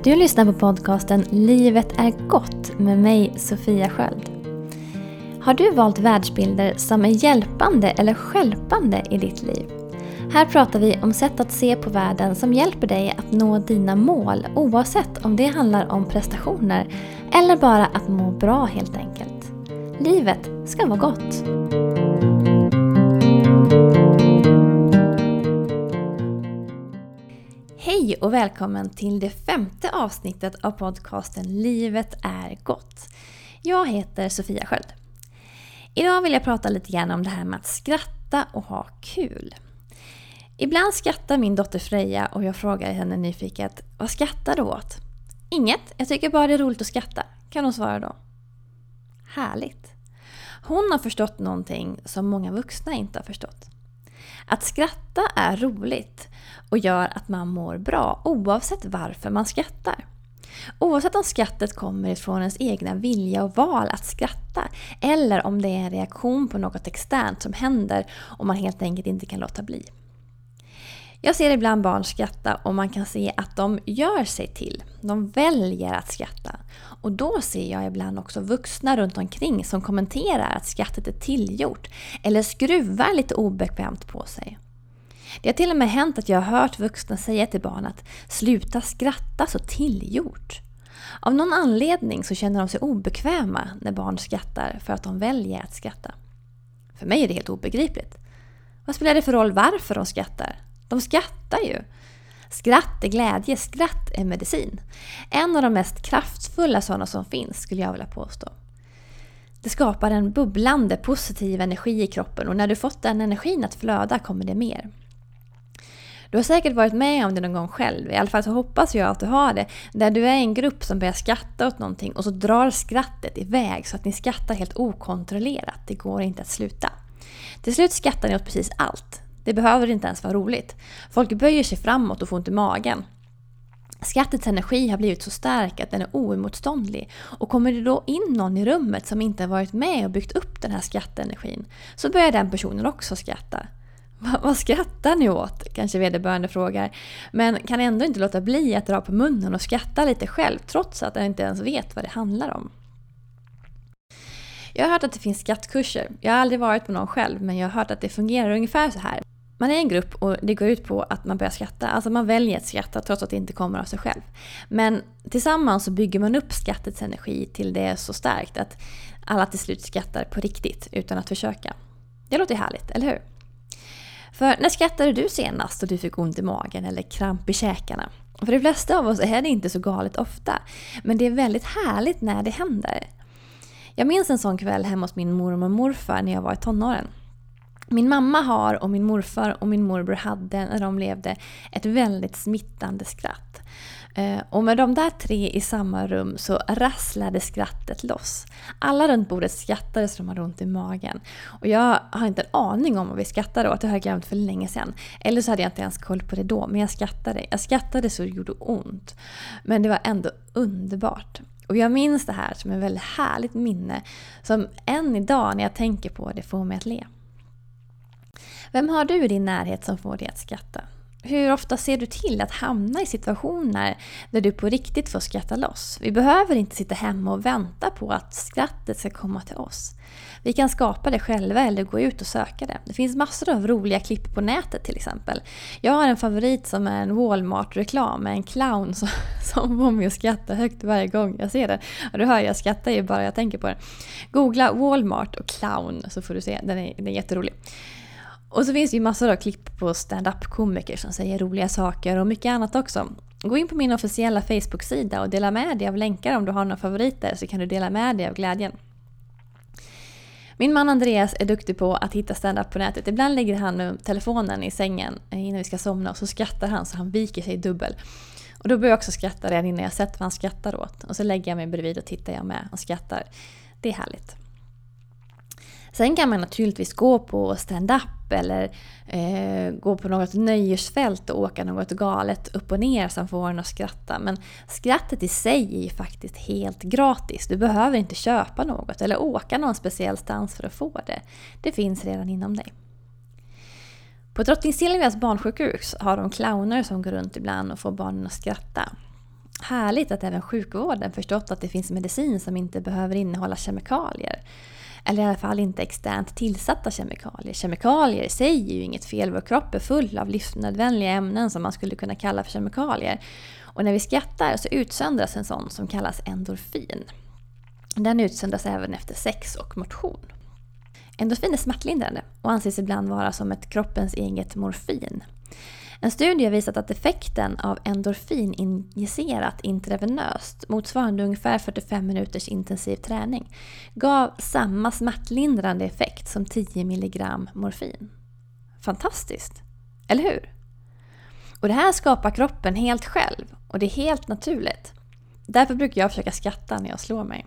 Du lyssnar på podcasten Livet är gott med mig, Sofia Sköld. Har du valt världsbilder som är hjälpande eller stjälpande i ditt liv? Här pratar vi om sätt att se på världen som hjälper dig att nå dina mål, oavsett om det handlar om prestationer eller bara att må bra helt enkelt. Livet ska vara gott. Hej och välkommen till det 5:e avsnittet av podcasten Livet är gott. Jag heter Sofia Sköld. Idag vill jag prata lite grann om det här med att skratta och ha kul. Ibland skrattar min dotter Freja och jag frågar henne nyfiket: vad skrattar du åt? Inget, jag tycker bara det är roligt att skratta, kan hon svara då. Härligt. Hon har förstått någonting som många vuxna inte har förstått. Att skratta är roligt och gör att man mår bra oavsett varför man skrattar. Oavsett om skrattet kommer ifrån ens egna vilja och val att skratta eller om det är en reaktion på något externt som händer och man helt enkelt inte kan låta bli. Jag ser ibland barn skratta och man kan se att de gör sig till. De väljer att skratta. Och då ser jag ibland också vuxna runt omkring som kommenterar att skrattet är tillgjort eller skruvar lite obekvämt på sig. Det har till och med hänt att jag har hört vuxna säga till barn att sluta skratta så tillgjort. Av någon anledning så känner de sig obekväma när barn skrattar för att de väljer att skratta. För mig är det helt obegripligt. Vad spelar det för roll varför de skrattar? De skrattar ju. Skratt är glädje, skratt är medicin. En av de mest kraftfulla sådana som finns, skulle jag vilja påstå. Det skapar en bubblande positiv energi i kroppen och när du fått den energin att flöda kommer det mer. Du har säkert varit med om det någon gång själv, i alla fall så hoppas jag att du har det, där du är i en grupp som börjar skratta åt någonting och så drar skrattet iväg så att ni skrattar helt okontrollerat. Det går inte att sluta. Till slut skrattar ni åt precis allt. Det behöver inte ens vara roligt. Folk böjer sig framåt och får ont i magen. Skrattets energi har blivit så stark att den är oemotståndlig. Och kommer det då in någon i rummet som inte har varit med och byggt upp den här skrattenergin, så börjar den personen också skratta. Vad skrattar ni åt? Kanske vederbörande frågar. Men kan ändå inte låta bli att dra på munnen och skratta lite själv, trots att den inte ens vet vad det handlar om. Jag har hört att det finns skrattkurser. Jag har aldrig varit på någon själv, men jag har hört att det fungerar ungefär så här. Man är en grupp och det går ut på att man börjar skratta. Alltså man väljer att skratta trots att det inte kommer av sig själv. Men tillsammans så bygger man upp skrattets energi till det så starkt att alla till slut skrattar på riktigt utan att försöka. Det låter härligt, eller hur? För när skrattade du senast och du fick ont i magen eller kramp i käkarna? För de flesta av oss är det inte så galet ofta. Men det är väldigt härligt när det händer. Jag minns en sån kväll hemma hos min mormor och morfar när jag var i tonåren. Min mamma har och min morfar och min morbror hade när de levde ett väldigt smittande skratt. Och med de där 3 i samma rum så rasslade skrattet loss. Alla runt bordet skrattade så de hade ont i magen. Och jag har inte en aning om vad vi skrattade åt, det har jag glömt för länge sedan. Eller så hade jag inte ens koll på det då, men jag skrattade. Jag skrattade så det gjorde ont. Men det var ändå underbart. Och jag minns det här som ett väldigt härligt minne som än idag när jag tänker på det får mig att le. Vem har du i din närhet som får dig att skratta? Hur ofta ser du till att hamna i situationer där du på riktigt får skratta loss? Vi behöver inte sitta hemma och vänta på att skrattet ska komma till oss. Vi kan skapa det själva eller gå ut och söka det. Det finns massor av roliga klipp på nätet till exempel. Jag har en favorit som är en Walmart-reklam med en clown som får mig att skratta högt varje gång jag ser den. Och du hör, jag skrattar ju bara jag tänker på den. Googla Walmart och clown så får du se, den är jätterolig. Och så finns det ju massor av klipp på stand-up-komiker som säger roliga saker och mycket annat också. Gå in på min officiella Facebook-sida och dela med dig av länkar om du har några favoriter så kan du dela med dig av glädjen. Min man Andreas är duktig på att hitta stand-up på nätet. Ibland lägger han med telefonen i sängen innan vi ska somna och så skrattar han så han viker sig dubbel. Och då börjar jag också skratta redan innan jag sett vad han skrattar åt. Och så lägger jag mig bredvid och tittar jag med och skrattar. Det är härligt. Sen kan man naturligtvis gå på stand-up eller gå på något nöjesfält och åka något galet upp och ner som får en att skratta. Men skrattet i sig är ju faktiskt helt gratis. Du behöver inte köpa något eller åka någon speciell stans för att få det. Det finns redan inom dig. På Drottning Silvias barnsjukhus har de clowner som går runt ibland och får barnen att skratta. Härligt att även sjukvården förstått att det finns medicin som inte behöver innehålla kemikalier. Eller i alla fall inte externt tillsatta kemikalier. Kemikalier säger ju inget fel. Vår kropp är full av livsnödvändiga ämnen som man skulle kunna kalla för kemikalier. Och när vi skrattar så utsöndras en sån som kallas endorfin. Den utsöndras även efter sex och motion. Endorfin är smärtlindrande och anses ibland vara som ett kroppens eget morfin. En studie har visat att effekten av endorfin injicerat intravenöst, motsvarande ungefär 45 minuters intensiv träning, gav samma smärtlindrande effekt som 10 milligram morfin. Fantastiskt, eller hur? Och det här skapar kroppen helt själv och det är helt naturligt. Därför brukar jag försöka skratta när jag slår mig.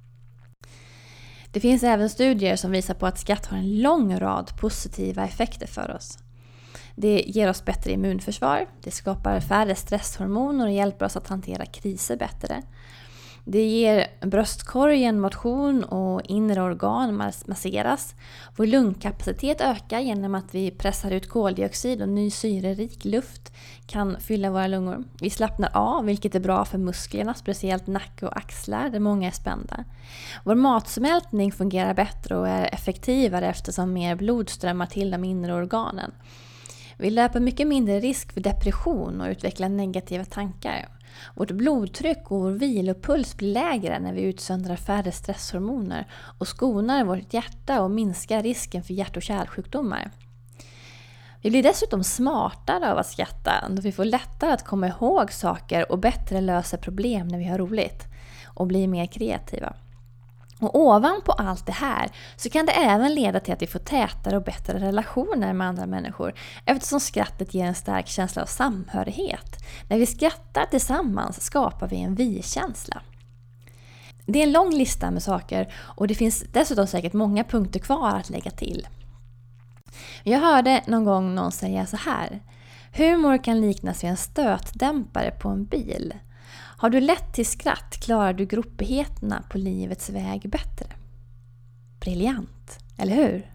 Det finns även studier som visar på att skratt har en lång rad positiva effekter för oss. Det ger oss bättre immunförsvar, det skapar färre stresshormoner och hjälper oss att hantera kriser bättre. Det ger bröstkorgen motion och inre organ masseras. Vår lungkapacitet ökar genom att vi pressar ut koldioxid och ny syrerik luft kan fylla våra lungor. Vi slappnar av, vilket är bra för musklerna, speciellt nacke och axlar där många är spända. Vår matsmältning fungerar bättre och är effektivare eftersom mer blod strömmar till de inre organen. Vi löper mycket mindre risk för depression och utvecklar negativa tankar. Vårt blodtryck och vår vilopuls blir lägre när vi utsöndrar färre stresshormoner och skonar vårt hjärta och minskar risken för hjärt- och kärlsjukdomar. Vi blir dessutom smartare av att skratta då vi får lättare att komma ihåg saker och bättre lösa problem när vi har roligt och blir mer kreativa. Och ovanpå allt det här så kan det även leda till att vi får tätare och bättre relationer med andra människor eftersom skrattet ger en stark känsla av samhörighet. När vi skrattar tillsammans skapar vi en vi-känsla. Det är en lång lista med saker och det finns dessutom säkert många punkter kvar att lägga till. Jag hörde någon gång någon säga så här: humor kan liknas vid en stötdämpare på en bil. Har du lätt till skratt klarar du gropigheterna på livets väg bättre. Briljant, eller hur?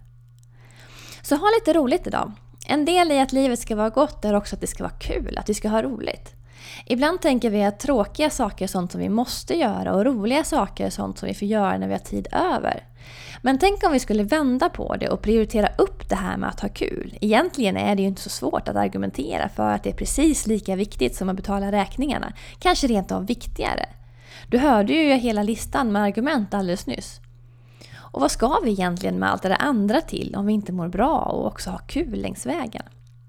Så ha lite roligt idag. En del i att livet ska vara gott är också att det ska vara kul, att vi ska ha roligt. Ibland tänker vi att tråkiga saker är sånt som vi måste göra och roliga saker är sånt som vi får göra när vi har tid över. Men tänk om vi skulle vända på det och prioritera upp det här med att ha kul. Egentligen är det ju inte så svårt att argumentera för att det är precis lika viktigt som att betala räkningarna. Kanske rent av viktigare. Du hörde ju hela listan med argument alldeles nyss. Och vad ska vi egentligen med allt det andra till om vi inte mår bra och också har kul längs vägen?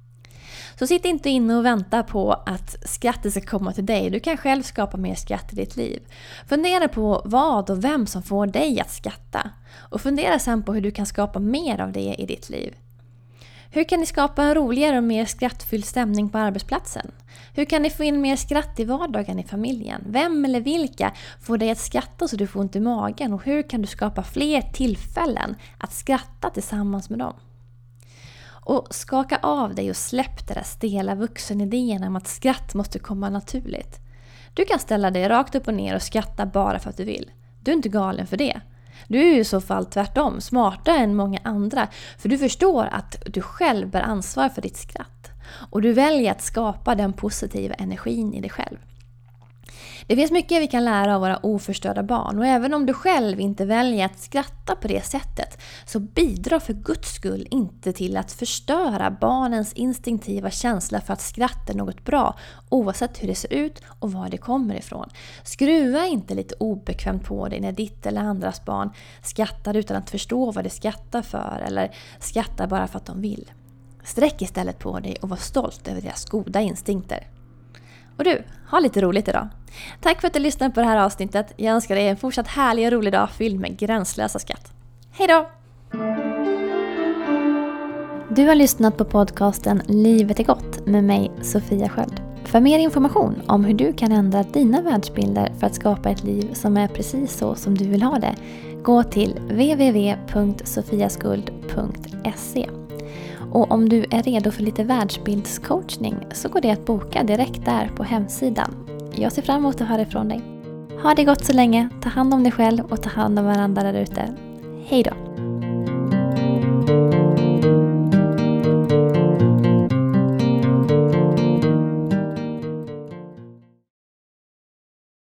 Så sitt inte inne och vänta på att skrattet ska komma till dig. Du kan själv skapa mer skratt i ditt liv. Fundera på vad och vem som får dig att skratta. Och fundera sen på hur du kan skapa mer av det i ditt liv. Hur kan ni skapa en roligare och mer skrattfylld stämning på arbetsplatsen? Hur kan ni få in mer skratt i vardagen i familjen? Vem eller vilka får dig att skratta så du får ont i magen? Och hur kan du skapa fler tillfällen att skratta tillsammans med dem? Och skaka av dig och släpp det där stela vuxenidén om att skratt måste komma naturligt. Du kan ställa dig rakt upp och ner och skratta bara för att du vill. Du är inte galen för det. Du är ju i så fall tvärtom smartare än många andra för du förstår att du själv bär ansvar för ditt skratt. Och du väljer att skapa den positiva energin i dig själv. Det finns mycket vi kan lära av våra oförstörda barn och även om du själv inte väljer att skratta på det sättet så bidra för Guds skull inte till att förstöra barnens instinktiva känsla för att skratta är något bra oavsett hur det ser ut och var det kommer ifrån. Skruva inte lite obekvämt på dig när ditt eller andras barn skrattar utan att förstå vad de skrattar för eller skrattar bara för att de vill. Sträck istället på dig och var stolt över deras goda instinkter. Och du, ha lite roligt idag. Tack för att du lyssnade på det här avsnittet. Jag önskar dig en fortsatt härlig och rolig dag fylld med gränslösa skratt. Hej då! Du har lyssnat på podcasten Livet är gott med mig, Sofia Sköld. För mer information om hur du kan ändra dina världsbilder för att skapa ett liv som är precis så som du vill ha det, gå till www.sofiaskuld.se. Och om du är redo för lite världsbildscoachning så går det att boka direkt där på hemsidan. Jag ser fram emot att höra ifrån dig. Ha det gott så länge, ta hand om dig själv och ta hand om varandra där ute. Hej då!